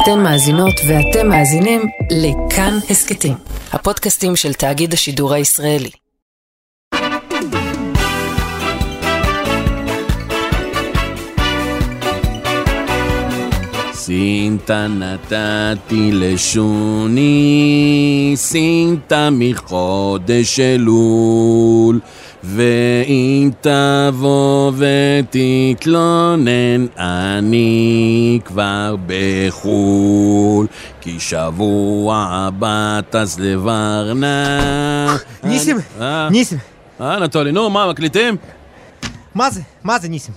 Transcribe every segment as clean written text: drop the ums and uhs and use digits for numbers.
אתן מאזינות ואתם מאזינים לכאן הסקטים, הפודקאסטים של תאגיד השידור הישראלי. סינתה נתתי לשוני, סינתה מחודש אלול, ואם תבוא ותתלונן אני כבר בחול, כי שבוע הבא טס לברנה. ניסים, ניסים. נטולי, נו, מה, מקליטים? מה זה ניסים,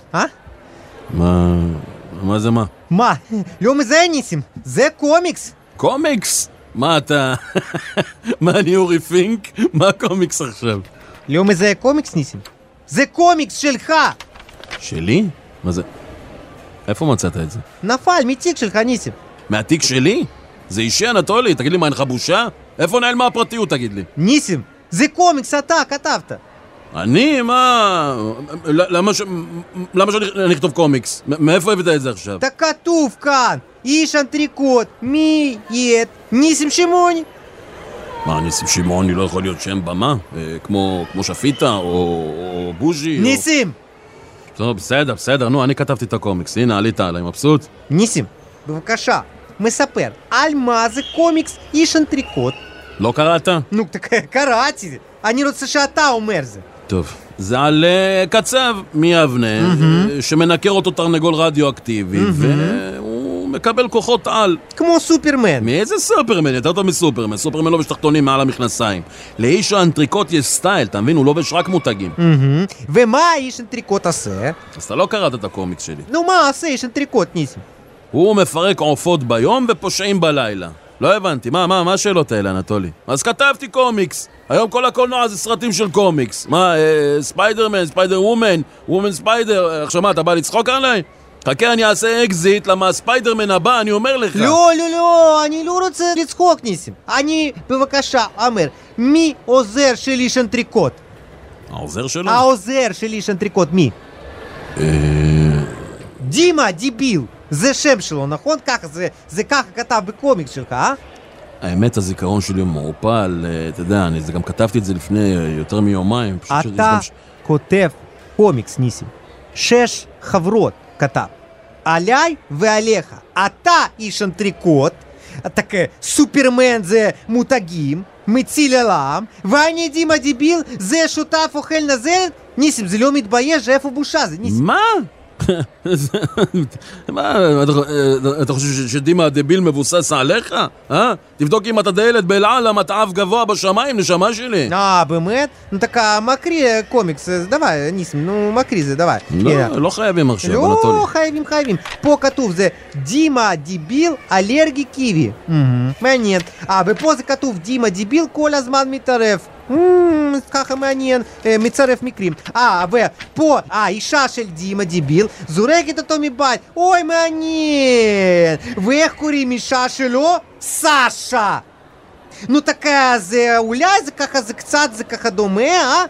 מה זה מה? מה? לא מזהה ניסים, זה קומיקס. קומיקס? מה אתה? מה אני אורי פינק? מה קומיקס עכשיו? לא מזהה קומיקס ניסים, זה קומיקס שלך. שלי? מה זה? איפה מצאת את זה? נפל מתיק שלך ניסים. מהתיק שלי? זה אישי אנטולי, תגיד לי מה, אינך בושה? איפה נעלמה הפרטיות, תגיד לי? ניסים, זה קומיקס אתה כתבת. אני? מה? למה שאני אכתוב קומיקס? מאיפה הבאת את זה עכשיו? אתה כתוב כאן, איש אנטריקוט, מי יד? ניסים שמעוני. מה, ניסים שמעוני לא יכול להיות שם במה? כמו שפיטה או בוז'י? ניסים! טוב, בסדר, נו, אני כתבתי את הקומיקס, הנה, עלית עליי, מבסוט? ניסים, בבקשה, מספר על מה זה קומיקס איש אנטריקוט. לא קראת? נו, קראתי, אני רוצה שאתה אומר זה. טוב, זה על קצב מיבנה, שמנקר אותו תרנגול רדיואקטיבי, והוא מקבל כוחות על. כמו סופרמן. מאיזה סופרמן? יותר טוב מסופרמן. סופרמן לובש תחתונים מעל המכנסיים. לאיש האנטריקוט יש סטייל, אתה מבין? הוא לובש רק מותגים. ומה האיש אנטריקוט עושה? אז אתה לא קראת את הקומיקס שלי. נו, מה עושה איש אנטריקוט, ניסים? הוא מפרק עופות ביום ופושעים בלילה. לא הבנתי, מה השאלות האלה, אנטולי? אז כתבתי קומיקס. היום כל הקולנוע זה סרטים של קומיקס. מה, ספיידרמן, ספיידר וומן, וומן ספיידר, עכשיו מה, אתה בא לצחוק עליי? חכה, אני אעשה אקזיט, למה הספיידרמן הבא, אני אומר לך. לא, אני לא רוצה לצחוק, ניסים. אני, בבקשה, אומר, מי עוזר של איש אנטריקוט? העוזר שלו? העוזר של איש אנטריקוט, מי? דימה, דיביל. זה שם שלו, נכון? זה ככה כתב בקומיקס שלך, האמת, הזיכרון שלי הוא מעופל, אתה יודע, אני גם כתבתי את זה לפני יותר מיומיים. אתה כותב קומיקס, ניסים. 6 חברות כתב. עליי ועליך. אתה איש אנטריקוט, אתה סופרמן זה מותגים, מציל עולם, ואני דימה דיביל, זה שותף אוכל נזלת. ניסים, זה לא מתבייש, איפה בושה זה, ניסים? מה? אתה חושב שדימה הדביל מבוסס עליך? תבדוק אם אתה דיילת בלעלה, אתה אף גבוה בשמיים, נשמה שלי. באמת? נו, תקה, מקריא קומיקס, דווי, ניסים, נו, מקריא זה, דווי. לא חייבים עכשיו, לא, חייבים. פה כתוב, זה דימה דביל אלרגי קיבי. מעניין. ופה זה כתוב, דימה דביל כל הזמן מתערף. ככה מעניין, מצרף מקרים. ופה האישה של דימה דיביל זורקת אותו מבית. אוי, מעניין. ואיך קוראים אישה שלו? סשה. נו, זה אולי זה קצת דומה,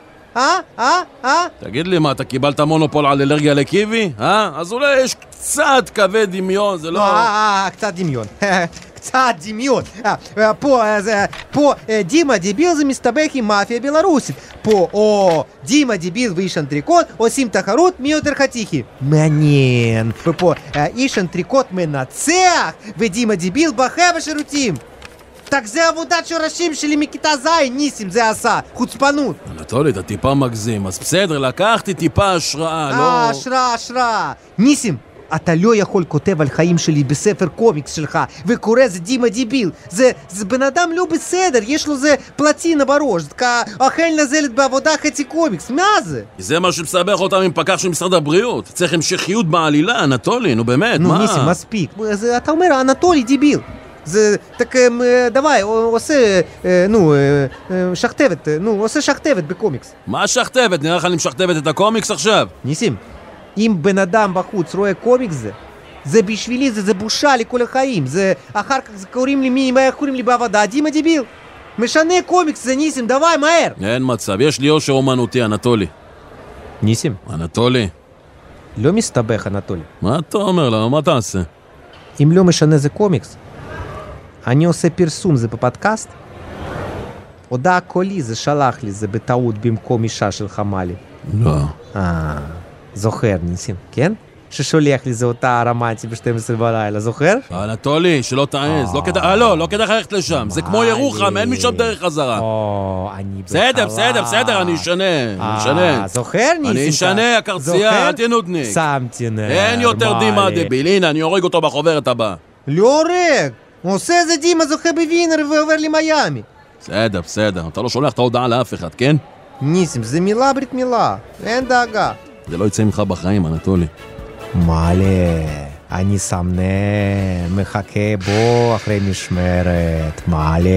תגיד לי, מה, אתה קיבלת מונופול על אלרגיה לקיבי? אז אולי יש קצת כבד דמיון, זה לא... קצת דמיון. קצת דמיון. פה דימה דיביל זה מסתבך עם מאפיה בלרוסית. פה דימה דיביל ואיש אנטריקוט עושים תחרות מי יותר חתיכי. מעניין. ופה איש אנטריקוט מנצח ודימה דיביל בכה בשירותים. так זה עבודת שורשים שלי מכיתה זין, ניסים, זה עשה, חוצפנות. אנטולי, אתה טיפה מגזים, אז בסדר, לקחתי טיפה השראה, לא... השראה. ניסים, אתה לא יכול כותב על חיים שלי בספר קומיקס שלך, וקורא זה דימה דיביל. זה בן אדם לא בסדר, יש לו זה פלטינה בראש, זה כאחל נזלת בעבודה חצי קומיקס, מה זה? זה מה שמסבך אותם עם פקח של משרד הבריאות. צריך המשכיות בעלילה, אנטולי, נו באמת, מה? נו, ניסים, מספיק. אתה אומר, אנטולי דיביל. זה, так, давай, עושה, שכתבת, עושה שכתבת בקומיקס. מה שכתבת? נראה לך אני משכתבת את הקומיקס עכשיו? ניסים, אם בן אדם בחוץ רואה קומיקס זה בשבילי, זה בושה לכל החיים. זה, אחר כך קוראים לי בעבודה, דימה דיביל. משנה קומיקס, זה ניסים, דווי, מהר. אין מצב, יש לי יושר אומנותי, אנטולי. ניסים? אנטולי. לא מסתבך, אנטולי. מה אתה אומר לה? מה תעשה? אם לא משנה זה קומיקס, אני עושה פרסום, זה בפודקאסט? הודעה קולי, זה שלח לי, זה בטעות במקום אישה של חמלי. לא. זוכר, ניסים, כן? ששולח לי זה אותה רומנטי ב-12 בלילה, זוכר? אנטולי, שלא תעז, לא כדאי, לא כדאי ללכת לשם, זה כמו ירוחם, אין משם דרך חזרה. בסדר, אני אשנה. זוכר, ניסים? אני אשנה, הקרצייה, אל תהיה נודניק. שמתי נר. אין יותר דימה דביל, הנה, אני הורג אותו בחוברת הבאה. לא הורג, עושה זה דימה זוכה בווינר ועובר למיימי. בסדר, אתה לא שולח את ההודעה לאף אחד, כן? ניסים, זה מילה ברית מילה, אין דאגה. זה לא יצא ממך בחיים, אנטולי. מעלה, אני סמנה, מחכה בו אחרי משמרת, מעלה.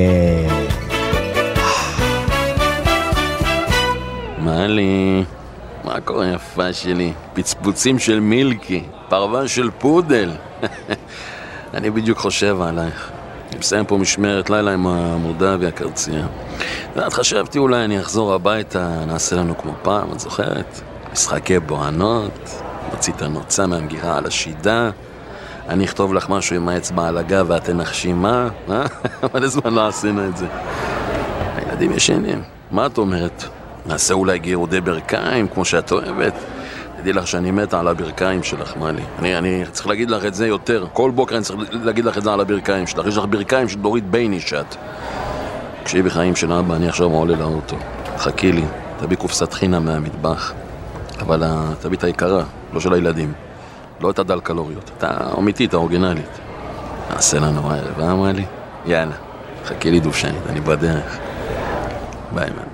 מעלי, מה קורה יפה שלי? פצפוצים של מילקי, פרווה של פודל. אני בדיוק חושב עלייך. אני מסיים פה משמרת לילה עם המודעה והקרצייה. ואת חשבתי אולי אני אחזור הביתה, נעשה לנו כמו פעם, את זוכרת? משחקי בוענות, נוציא את הנוצה מהמגירה על השידה, אני אכתוב לך משהו עם האצבע על הגב ואת תנחשי מה? אבל הזמן לא עשינו את זה. הילדים ישנים, מה את אומרת? נעשה אולי גירודי ברכיים כמו שאת אוהבת? תדעי לך שאני מתה על הברכיים שלך, מעלי. אני צריך להגיד לך את זה יותר. כל בוקר אני צריך להגיד לך את זה על הברכיים שלך. יש לך ברכיים של דורית בייני שאת. כשהיא בחיים של אבא, אני עכשיו עולה לאוטו. חכי לי, תביא קופסת חינה מהמטבח. אבל תביא את היקרה, לא של הילדים. לא את הדל קלוריות. את האמיתית, האורגינלית. נעשה לנו הערב, מעלי? יאללה, חכי לי דושנית, אני בדרך. ביי, מאמי.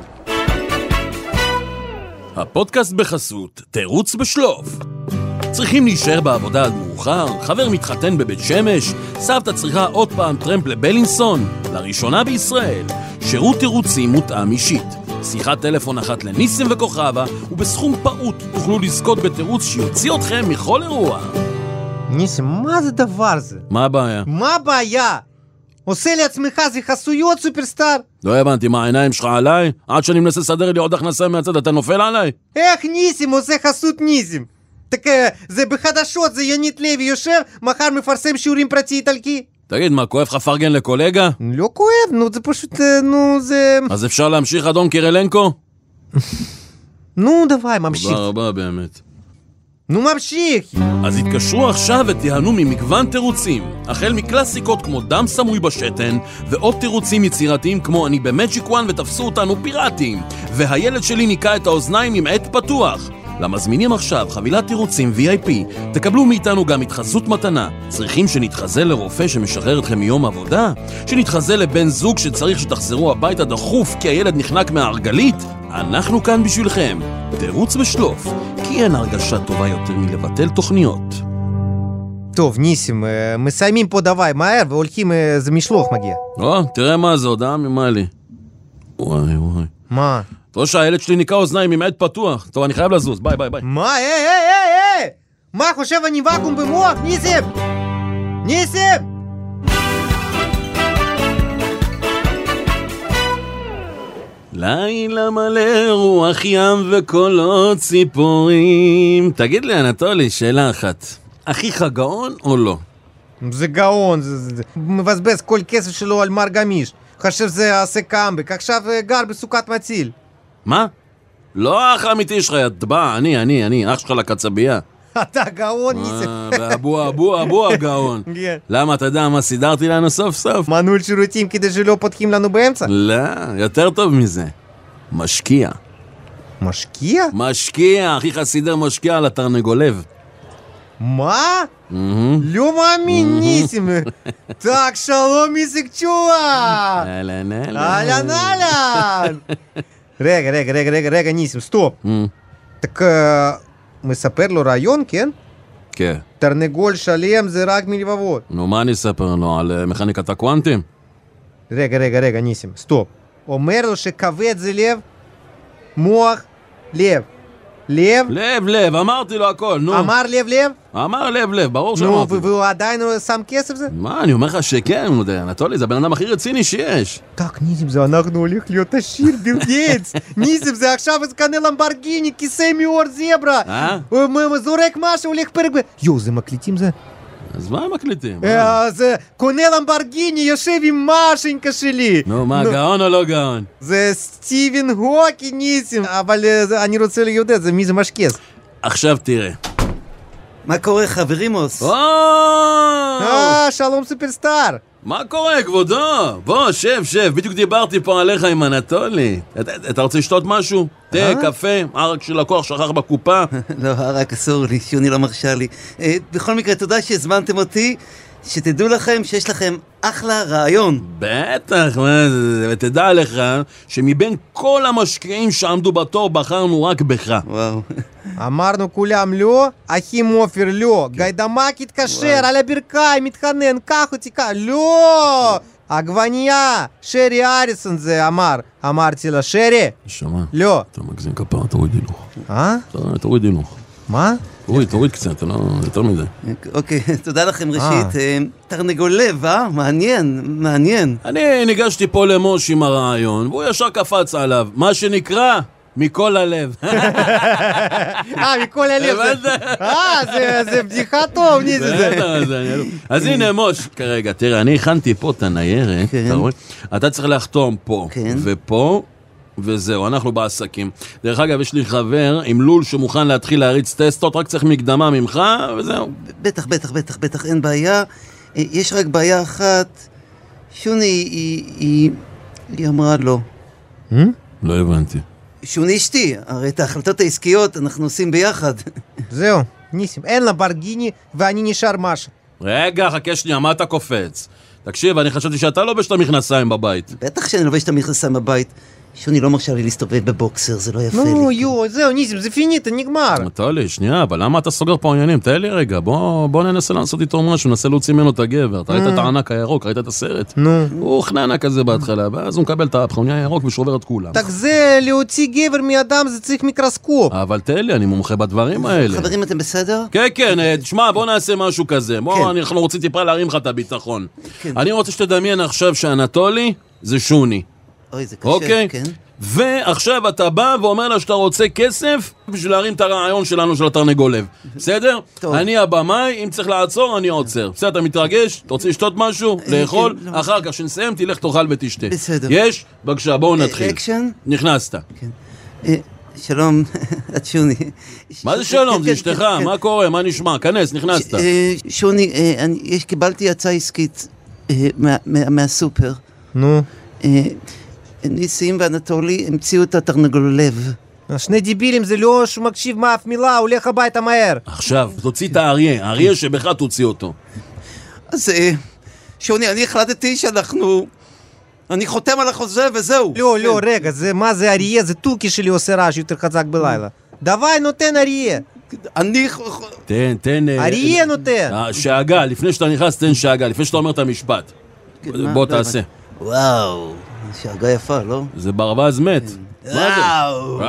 הפודקאסט בחסות תירוץ בשלוף. צריכים להישאר בעבודה עד מאוחר? חבר מתחתן בבית שמש? סבתא צריכה עוד פעם טרמפ לבלינסון? לראשונה בישראל, שירות תירוצים מותאם אישית. שיחת טלפון אחת לניסים וכוכבה, ובסכום פעוט תוכלו לזכות בתירוץ שיוציא אתכם מכל אירוע. ניסים, מה זה דבר זה? מה הבעיה? מה הבעיה? עושה לעצמך זה חסויות סופרסטאר? לא הבנתי, מה העיניים שלך עליי? עד שאני מנסה לסדר לי עוד הכנסה מהצד, אתה נופל עליי? איך ניסים עושה חסות ניסים? זה בחדשות, זה ינית לוי יושב, מחר מפרסם שיעורים פרטי איטלקי. תגיד, מה, כואב לך פרגן לקולגה? לא כואב, זה פשוט, זה... אז אפשר להמשיך אדון קירלנקו? דווי, ממשיך. תודה רבה באמת. ממשיך. אז התקשרו עכשיו ותיהנו ממגוון תירוצים, החל מקלאסיקות כמו דם סמוי בשתן, ועוד תירוצים יצירתיים כמו אני במג'יק וואן ותפסו אותנו פיראטים, והילד שלי ניקה את האוזניים עם עט פתוח. למזמינים עכשיו חבילת תירוצים VIP, תקבלו מאיתנו גם התחזות מתנה. צריכים שנתחזה לרופא שמשחרר אתכם מיום עבודה? שנתחזה לבן זוג שצריך שתחזרו הביתה דחוף כי הילד נחנק מהארגלית? אנחנו כאן בשבילכם. תירוץ בשלוף, כי אין הרגשה טובה יותר מלבטל תוכניות. טוב, ניסים, מסיימים פה דווי מהר והולכים, זה משלוח מגיע. תראה מה זה, הודעה ממעלי. וואי. מה? טוב שהילד שלי ניקה אוזניים עם עט פתוח. טוב, אני חייב לזוז, ביי. מה? מה, חושב אני ואקום במוח? ניסים! לילה מלא רוח ים וקולות ציפורים. תגיד לי, אנטולי, שאלה אחת. אחיך גאון או לא? זה גאון, זה מבזבז כל כסף שלו על מר גמיש. חושב זה עושה קאמבק, עכשיו גר בסוכת מציל. מה? לא האח האמיתי שלך, יטבע, אני, אח שלך לקצבייה. אתה גאון, ניסים. אבו הגאון. למה, אתה יודע מה סידרתי לנו סוף סוף? מנעול שירותים כדי שלא פותחים לנו באמצע? לא, יותר טוב מזה. משקיע. משקיע? משקיע, אחיך סידר משקיע על התרנגולב. מה? לא מאמין, ניסים. Так, שלום איסיק צ'ואה. אהלן. רגע, ניסים, סטופ. Так, מספר לו רעיון, כן? כן. תרנגול שלם זה רק מלבבות. נו, מה אני אספר לו? על מכניקת הקוונטים? רגע, ניסים, סטופ. אומר לו שכבד זה לב, מוח, לב. לב, אמרתי לו הכל, נו. אמר לב? אמר לב, ברור שאמרתי. נו, והוא עדיין שם כסף זה? מה, אני אומר לך שכן, אנטולי, זה הבן אדם הכי רציני שיש. Так, ניסים, זה אנחנו הולך להיות עשיר ביל גייטס. ניסים, זה עכשיו קנה למבורגיני, כיסא מאור זברה. זורק משהו, הולך פרק. יו, זה מקליטים זה? אז מה הם מקליטים? זה קונה למברגיני, יושב עם משנקה שלי. נו, מה, גאון או לא גאון? זה סטיבן הוקי ניסים, אבל אני רוצה לדעת, מי זה משקס? עכשיו תראה. מה קורה, חברימוס? שלום סופרסטאר. מה קורה, כבודו? בוא, שב, בדיוק דיברתי פה עליך עם אנטולי. אתה רוצה לשתות משהו? תה, קפה, ערק של לקוח שכח בקופה? לא, ערק אסור לי, שוני לא מרשה לי. בכל מקרה, תודה שהזמנתם אותי, שתדעו לכם שיש לכם אחלה רעיון. בטח, ותדע לך שמבין כל המשקיעים שעמדו בתור בחרנו רק בך. וואו. אמרנו כולם לא, אחים עופר לא, גיידמק התקשר על הברכיים, מתחנן, קח אותי, לא! עגבנייה, שרי אריסון זה אמרתי לה, שרי? שמע, לא. אתה מגזים כפרה, תוריד הילוך. תוריד הילוך. מה? תוריד קצת, לא יותר מדי. אוקיי, תודה לכם ראשית. תרנגולב, מעניין. אני ניגשתי פה למוש עם הרעיון, והוא ישר קפץ עליו, מה שנקרא, מכל הלב. מכל הלב. זה בדיחה טוב, ניסי זה. אז הנה מוש, כרגע, תראה, אני הכנתי פה את הניירת, אתה רואה? אתה צריך לחתום פה ופה, וזהו, אנחנו בעסקים. דרך אגב, יש לי חבר עם לול שמוכן להתחיל להריץ טסטות, רק צריך מקדמה ממך, וזהו. בטח, אין בעיה. יש רק בעיה אחת. שוני, היא אמרה לא. לא הבנתי. שוני אשתי, הרי את ההחלטות העסקיות אנחנו עושים ביחד. זהו, ניסים, אין לה ברגיני ואני נשאר משהו. רגע, חכה שנייה, מה אתה קופץ? תקשיב, אני חשבתי שאתה לובש את המכנסיים בבית. בטח שאני לובש את המכנסיים בבית. שוני לא מרשה לי להסתובב בבוקסר, זה לא יפה לי. נו, זהו, ניסים, זה פיניטה, נגמר. נטלי, שנייה, אבל למה אתה סוגר פה עניינים? תהיה לי רגע, בוא ננסה לעשות איתו משהו, ננסה להוציא ממנו את הגבר. אתה ראית את הענק הירוק, ראית את הסרט? הוא חננה כזה בהתחלה, ואז הוא מקבל את הפחוני הירוק ושובר את כולם. так זה, להוציא גבר מאדם זה צריך מיקרוסקופ. אבל תהיה לי, אני מומחה בדברים האלה. חברים, אתם בסדר? כן, תשמע, בוא נעשה משהו כזה. אנחנו רוצים טיפה להרים לך את הביטחון. אני רוצה שתדמיין עכשיו שאנטולי זה שוני. אוי, זה קשה, כן. ועכשיו אתה בא ואומר לה שאתה רוצה כסף בשביל להרים את הרעיון שלנו של התרנגולב. בסדר? אני הבמאי, אם צריך לעצור, אני עוצר. בסדר, אתה מתרגש? אתה רוצה לשתות משהו? לאכול? אחר כך שנסיים, תלך תאכל ותשתה. בסדר. יש? בבקשה, בואו נתחיל. אקשן? נכנסת. שלום, את שוני. מה זה שלום? זה אשתך, מה קורה? מה נשמע? כנס, נכנסת. שוני, קיבלתי הצעה עסקית מהסופר. נו. ניסים ואנטולי המציאו את התרנגולב. שני דיבילים זה לא שמקשיב מאף מילה, הולך הביתה מהר. עכשיו, תוציא את האריה שבך תוציא אותו. אז שוני, אני החלטתי אני חותם על החוזה וזהו. לא, רגע, מה זה אריה? זה טוקי שלי עושה רעש יותר חזק בלילה. דווי נותן אריה. תן. אריה נותן. שאגה, לפני שאתה נכנס תן שאגה, לפני שאתה אומר את המשפט. בוא תעשה. וואו, שאגה יפה, לא? זה ברווז מת. וואו.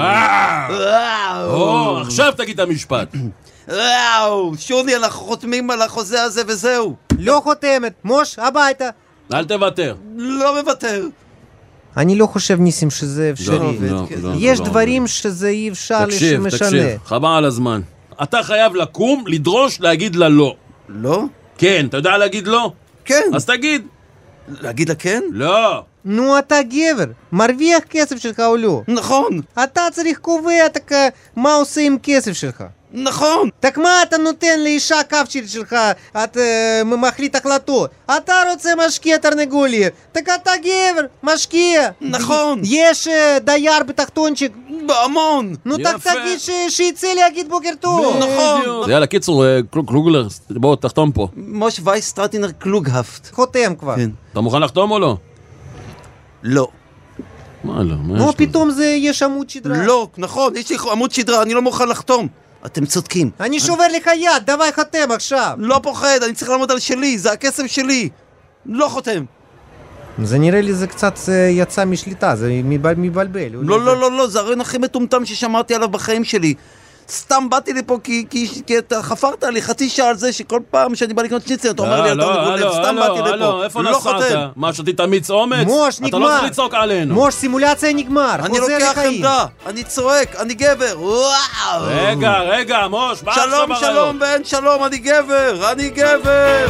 עכשיו תגיד את המשפט. וואו, שוני, אנחנו חותמים על החוזה הזה וזהו. לא חותמת, מוש, הביתה. אל תוותר. לא מוותר. אני לא חושב, ניסים, שזה אפשרי. יש דברים שזה אי אפשר לשמשנה. תקשיב, חבל על הזמן. אתה חייב לקום, לדרוש, להגיד לה לא. לא? כן, אתה יודע להגיד לא? כן. אז תגיד. להגיד לה כן? לא. נו, אתה גבר, מרוויח כסף שלך או לא? נכון. אתה צריך קובע מה עושה עם כסף שלך. נכון. так מה אתה נותן לאישה קפצ'ית שלך, את מחליט החלטות? אתה רוצה משקיע תרנגולי, так אתה גבר, משקיע. נכון. יש דייר בתחתונצ'יק. בהמון. נו, так תגיד שיצא להגיד בוקר טוב. נכון. יאללה, קיצור, קלוגלר, בוא תחתום פה. מוש וייס סטרטינר קלוגהפט. חותם כבר. אתה מוכן לחתום או לא? לא. מה לא? נו, פתאום יש עמוד שדרה. לא, נכון, יש לי עמוד שדרה, אני לא מוכן לחתום. אתם צודקים. אני שובר לך יד, דווי חתם עכשיו. לא פוחד, אני צריך לעמוד על שלי, זה הכסף שלי. לא חותם. זה נראה לי זה קצת יצא משליטה, זה מבלבל. לא, זה הרעיון הכי מטומטם ששמעתי עליו בחיים שלי. סתם באתי לפה כי אתה חפרת לי חצי שעה על זה שכל פעם שאני בא לקנות שניצל, אתה אומר לי אתה גונב, סתם באתי לפה. איפה נסעת? מה, שתית מיץ אומץ? מוש, אתה נגמר. לא צריך לצעוק עלינו. מוש, סימולציה נגמר. אני חוזר לוקח לחיים. עמדה, אני צועק, אני גבר, וואו. רגע, מוש, מה עכשיו שלום, הרעיון? שלום ואין שלום, אני גבר, אני גבר.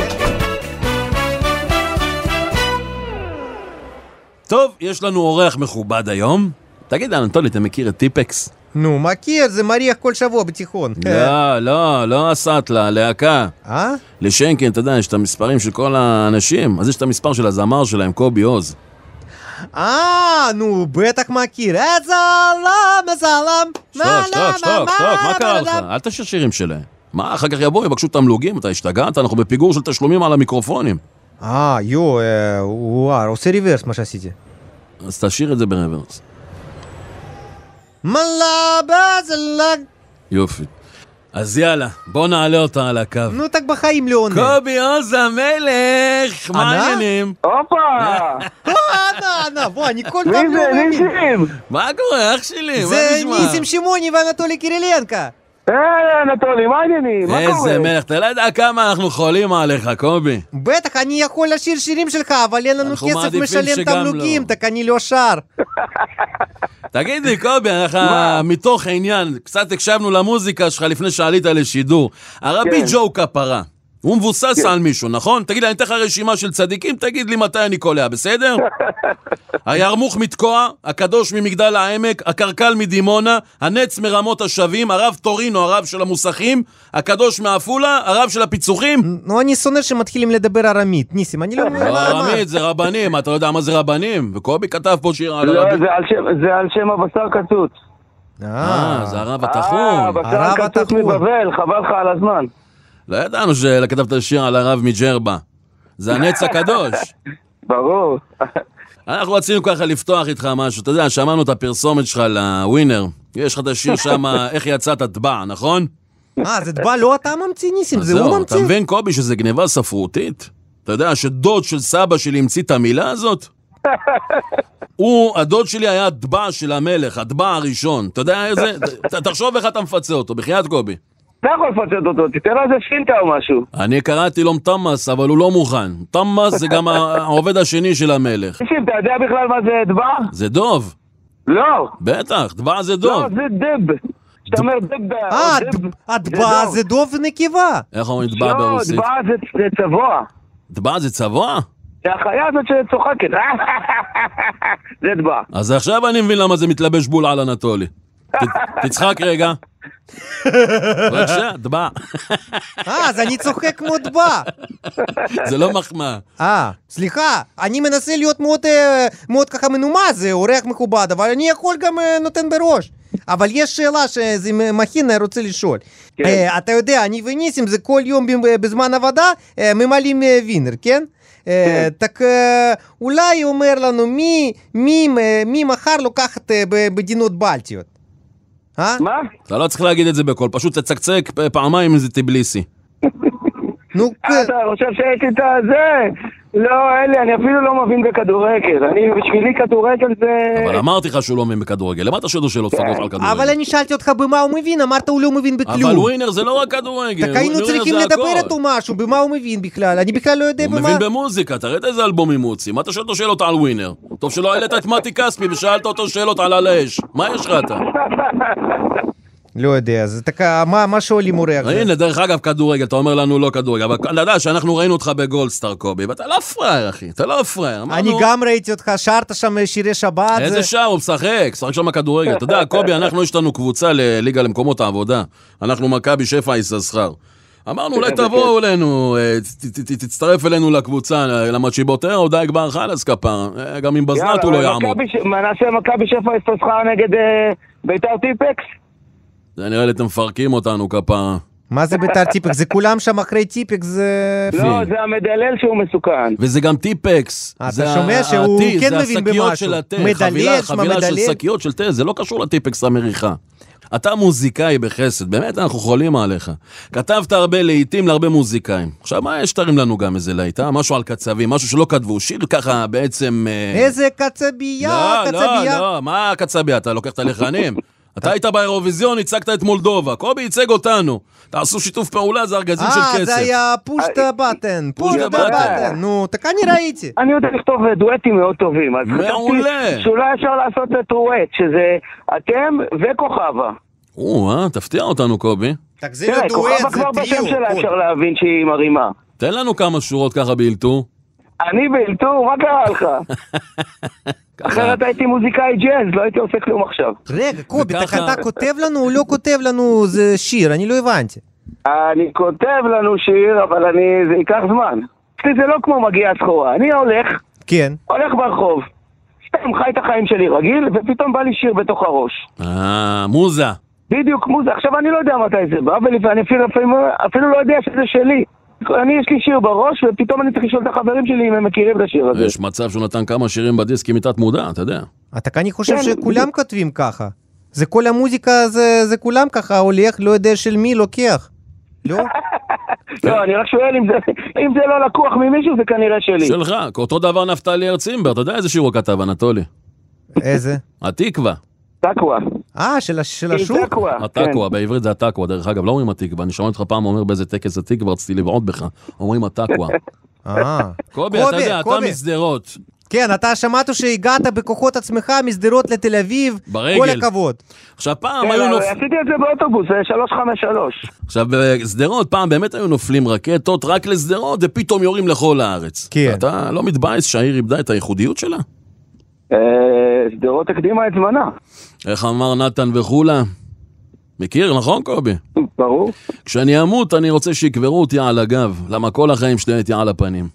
טוב, יש לנו אורח מכובד היום. תגיד, אנטולי, אתה מכיר את טיפקס? נו, מכיר, זה מריח כל שבוע בתיכון. לא הסאטלה, להקה. לשנקין, אתה יודע, יש את המספרים של כל האנשים, אז יש את המספר של הזמר שלהם, קובי עוז. נו, בטח מכיר. זלם. שתוק, מה קרה לך? אל תשאיר שירים שלהם. מה, אחר כך יבואו, יבקשו תמלוגים, אתה השתגעת? אנחנו בפיגור של תשלומים על המיקרופונים. הוא עושה ריברס מה שעשיתי. אז תשאיר את זה ברוורס. יופי. אז יאללה, בוא נעלה אותה על הקו. נו, תק בחיים לא עונה. קובי עוז המלך, מה העניינים? הופה! בוא, אני כל פעם לא מבין. ניסים! מה קורה, אח שלי? מה זה נשמע? ניסים שמעוני ואנטולי קירילנקה. אנטולי, מה העניינים? מה קורה? איזה מלך, אתה לא יודע כמה אנחנו חולים עליך, קובי. בטח, אני יכול לשיר שירים שלך, אבל אין לנו אנחנו כסף מעדיפים משלם שגם תמלוגים, לא. תק אני לא שר. תגיד לי, קובי, אנחנו מתוך העניין, קצת הקשבנו למוזיקה שלך לפני שעלית לשידור. הרבי ג'ו כפרה, הוא מבוסס על מישהו, נכון? תגיד לי, אני אתן לך רשימה של צדיקים, תגיד לי מתי אני קולע, בסדר? הירמוך מתקוע, הקדוש ממגדל העמק, הקרקל מדימונה, הנץ מרמות השבים, הרב טורינו, הרב של המוסכים, הקדוש מעפולה, הרב של הפיצוחים. נו, אני שונא שמתחילים לדבר ארמית, ניסים, אני לא... ארמית זה רבנים, אתה לא יודע מה זה רבנים? וקובי כתב פה שיר על לא, הרבי. זה על שם הבשר קצוץ. זה הרב התחון. הבשר קצוץ מבבל, חבל לך על הזמן. לא ידענו שכתבת שיר על הרב מג'רבה. זה הנץ הקדוש. ברור. אנחנו רצינו ככה לפתוח איתך משהו. אתה יודע, שמענו את הפרסומת שלך לווינר. יש לך את השיר שם, איך יצאת דבע, נכון? זה דבע לא אתה ממציא ניסים, זה הוא ממציא. אתה מבין קובי שזה גניבה ספרותית? אתה יודע שדוד של סבא שלי המציא את המילה הזאת? הדוד שלי היה דבע של המלך, הדבע הראשון. אתה יודע איזה? תחשוב איך אתה מפצה אותו, בחייאת קובי. אתה יכול לפצות אותו, תיתן לו איזה שינטה או משהו. אני קראתי לו מטמס, אבל הוא לא מוכן. מטמס זה גם העובד השני של המלך. ניסים, אתה יודע בכלל מה זה דבע? זה דוב. לא. בטח, דבע זה דוב. לא, זה דב. שאתה אומר דב... הדבע זה דוב נקבה. איך אומרים דבע ברוסית? לא, דבע זה צבוע. דבע זה צבוע? זה החיה הזאת שצוחקת. זה דבע. אז עכשיו אני מבין למה זה מתלבש בול על אנטולי. תצחק רגע. בבקשה, דבע. אז אני צוחק כמו דבע. זה לא מחמאה. סליחה, אני מנסה להיות מאוד ככה מנומס, זה אורח מכובד, אבל אני יכול גם נותן בראש. אבל יש שאלה שזה מכין רוצה לשאול. אתה יודע, אני וניסים זה כל יום בזמן עבודה ממלאים וינר, כן? תק אולי אומר לנו מי מחר לוקחת במדינות בלטיות. מה? אתה לא צריך להגיד את זה בכל, פשוט תצקצק פעמיים אם זה טיבליסי. נו, אתה חושב שהייתי את זה? לא, אלי, אני אפילו לא מבין בכדורגל. בשבילי כדורגל זה... אבל אמרתי לך שהוא לא מבין בכדורגל. למה אתה שואל שאלות פגות על כדורגל? אבל אני שאלתי אותך במה הוא מבין, אמרת הוא לא מבין בכלום. אבל ווינר זה לא רק כדורגל. תק היינו צריכים לדבר איתו משהו, במה הוא מבין בכלל. אני בכלל לא יודע במה... הוא מבין במוזיקה, תראה את איזה אלבומים הוא הוציא. מה אתה שואל אותו שאלות על ווינר? טוב שלא העלית את מתי כספי ושאלת אותו שאלות על האש. מה יש לך אתה? לא יודע, אז מה שואלים אורח? הנה, דרך אגב, כדורגל, אתה אומר לנו לא כדורגל, אבל אני יודע שאנחנו ראינו אותך בגולדסטאר, קובי, ואתה לא פראייר, אחי, אתה לא פראייר. אני גם ראיתי אותך, שרת שם שירי שבת. איזה שר, הוא משחק שם כדורגל. אתה יודע, קובי, אנחנו יש לנו קבוצה לליגה למקומות העבודה. אנחנו מכבי שפע יששכר. אמרנו, אולי תבואו אלינו, תצטרף אלינו לקבוצה, למג'יבוטר, או די כבר חלס כפר, גם אם בזנת הוא לא יעמוד. נעשה מכבי שפע יששכר נגד בית"ר טיפקס? זה נראה לי אתם מפרקים אותנו כפרה. מה זה בית"ר טיפקס? זה כולם שם אחרי טיפקס, זה... לא, זה המדלל שהוא מסוכן. וזה גם טיפקס. אתה שומע שהוא כן מבין במשהו. מדלל, חבילה של שקיות של תה, זה לא קשור לטיפקס המריחה. אתה מוזיקאי בחסד, באמת אנחנו חולים עליך. כתבת הרבה לעיתים להרבה מוזיקאים. עכשיו מה יש תרים לנו גם איזה להיטה? משהו על קצבים, משהו שלא כתבו, שיר ככה בעצם... איזה קצבייה, קצבייה. לא, מה קצבייה? אתה לוקח את הלחנים? אתה היית באירוויזיון, הצגת את מולדובה. קובי ייצג אותנו. תעשו שיתוף פעולה, זה ארגזים של כסף. זה היה פוש דה בטן. פוש דה בטן. נו, תקע אני ראיתי. אני יודע לכתוב דואטים מאוד טובים. מעולה. שאולי אפשר לעשות טרואט, שזה אתם וכוכבה. תפתיע אותנו, קובי. תגזיר דואט, כוכבה כבר בשם שלה אפשר להבין שהיא מרימה. תן לנו כמה שורות ככה באלתור. אני באלתור? מה קרה לך? אחרת הייתי מוזיקאי ג'אז, לא הייתי עושה כלום עכשיו. רגע, קובי, אתה כותב לנו או לא כותב לנו זה שיר? אני לא הבנתי. אני כותב לנו שיר, אבל זה ייקח זמן. זה לא כמו מגיע סחורה. אני הולך ברחוב, סתם חי את החיים שלי רגיל, ופתאום בא לי שיר בתוך הראש. מוזה. בדיוק, מוזה. עכשיו אני לא יודע מתי זה בא, ואני אפילו לא יודע שזה שלי. יש לי שיר בראש, ופתאום אני צריך לשאול את החברים שלי אם הם מכירים את השיר הזה. יש מצב שהוא נתן כמה שירים בדיסק עם מתת מודע, אתה יודע. אני חושב שכולם כותבים ככה. זה כל המוזיקה, זה כולם ככה הולך, לא יודע של מי לוקח. לא? לא, אני רק שואל אם זה לא לקוח ממישהו, זה כנראה שלי. שלך, אותו דבר נפתלי הרצימבר, אתה יודע איזה שיר הוא כתב, אנטולי? איזה? התקווה. תקווה. של השוק? התקווה, בעברית זה התקווה, דרך אגב, לא אומרים התקווה, אני שמעתי אותך פעם אומר באיזה טקס התקווה, רציתי לבעוד בך, אומרים התקווה. קובי, אתה יודע, אתה מסדרות. כן, אתה שמעת שהגעת בכוחות עצמך מסדרות לתל אביב, כל הכבוד. עכשיו פעם היו נופלים... עשיתי את זה באוטובוס, 353. עכשיו בסדרות פעם באמת היו נופלים רקטות רק לסדרות, ופתאום יורים לכל הארץ. כן. אתה לא מתבאס שהעיר איבדה את הייחודיות שלה? סדרות הקדימה את זמנה. איך אמר נתן וחולה? מכיר, נכון קובי? ברור. כשאני אמות אני רוצה שיקברו אותי על הגב, למה כל החיים שלי הייתי על הפנים.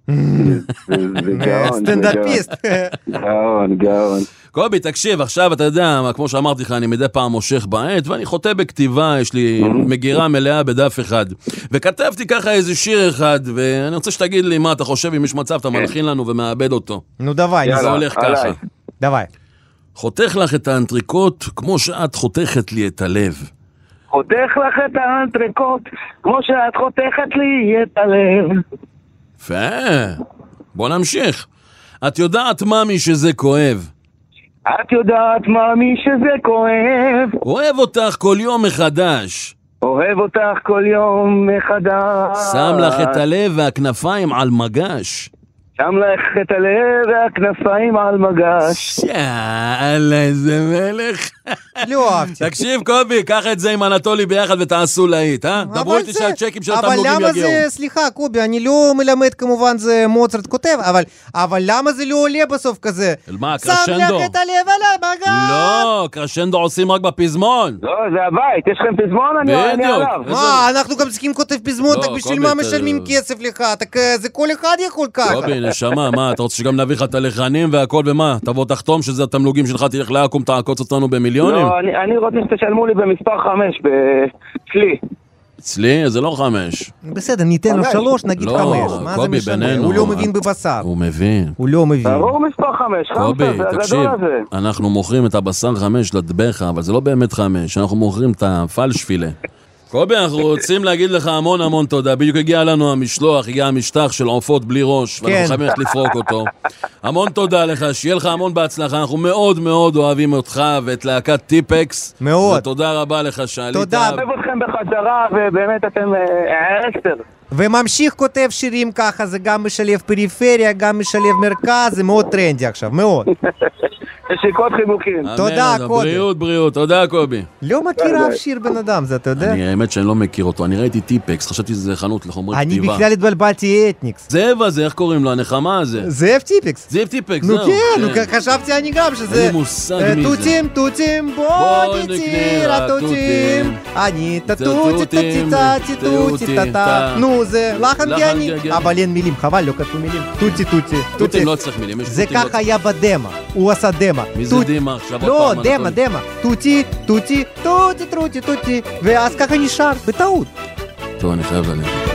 סטנדאפיסט. גאון. קובי, תקשיב, עכשיו אתה יודע, כמו שאמרתי לך, אני מדי פעם מושך בעט, ואני חוטא בכתיבה, יש לי מגירה מלאה בדף אחד. וכתבתי ככה איזה שיר אחד, ואני רוצה שתגיד לי מה אתה חושב, אם יש מצב, אתה מלחין לנו ומאבד אותו. נו, דווי. זה הולך ככה. דווי. חותך לך את האנטריקוט, כמו שאת חותכת לי את הלב. חותך לך את האנטריקוט, כמו שאת חותכת לי את הלב. יפה. בוא נמשיך. את יודעת ממי שזה כואב. את יודעת ממי שזה כואב. אוהב אותך כל יום מחדש. אוהב אותך כל יום מחדש. שם לך את הלב והכנפיים על מגש. שם לך את הלב והכנפיים על מגש. יאללה, איזה מלך. לא אהבתי. תקשיב קובי, קח את זה עם אנטולי ביחד ותעשו להיט, דברו איתי שהצ'קים של התמלוגים יגיעו. אבל למה זה, סליחה קובי, אני לא מלמד כמובן זה מוצרט כותב, אבל למה זה לא עולה בסוף כזה? מה, קרשנדו? שם לך את הלב על המגש. לא, קרשנדו עושים רק בפזמון. לא, זה הבית, יש לכם פזמון? אני עליו. מה, אנחנו גם צריכים כותב פזמון, רק בשביל מה משלמים כסף לך? זה כל אחד יכול ככה. קובי, נשמה, מה, אתה רוצה שגם נביא לך את הלחנים והכל ומה? תבוא תחתום שזה התמלוגים שלך, תלך להקום, תעקוץ אותנו במיליונים? לא, אני רוצה שתשלמו לי במספר 5, אצלי. אצלי? זה לא 5. בסדר, ניתן לו 3, נגיד 5. מה זה משנה? הוא לא מבין בבשר. הוא מבין. הוא לא מבין. ברור מספר 5, קובי, תקשיב, אנחנו מוכרים את הבשר 5 לדבך, אבל זה לא באמת 5, אנחנו מוכרים את הפלשפילה. קובי, אנחנו רוצים להגיד לך המון המון תודה. בדיוק הגיע לנו המשלוח, הגיע המשטח של עופות בלי ראש, ואנחנו חייבים איך לפרוק אותו. המון תודה לך, שיהיה לך המון בהצלחה. אנחנו מאוד מאוד אוהבים אותך ואת להקת טיפקס. מאוד. ותודה רבה לך שעלית. תודה. אוהב אתכם בחזרה, ובאמת אתם עשר. וממשיך כותב שירים ככה, זה גם משלב פריפריה, גם משלב מרכז, זה מאוד טרנדי עכשיו, מאוד. נשיקות חיבוקים. תודה, קובי. בריאות, בריאות. תודה, קובי. לא מכיר אף שיר בן אדם, זה אתה יודע? האמת שאני לא מכיר אותו. אני ראיתי טיפקס, חשבתי שזה חנות לחומרי כתיבה. אני בכלל התבלבלתי אתניקס. זאב הזה, איך קוראים לו? הנחמה הזה. זאב טיפקס. זאב טיפקס, נו כן, חשבתי אני גם שזה... אין מושג מי זה. תותים, תותים, בוא נציר התותים. אני תתותי תתתי תותי תתה. נו, זה לחן גני. אבל אין מילים, חבל, לא כתבו מילים. תותי תותי. תותים לא צריך מילים. זה ככה היה בדמה. הוא עשה דמה. מי זה דמה? לא, דמה. תותי, תותי, תותי, תותי, תותי. ואז ככה נשאר, בטעות. טוב, אני חייב ללכת.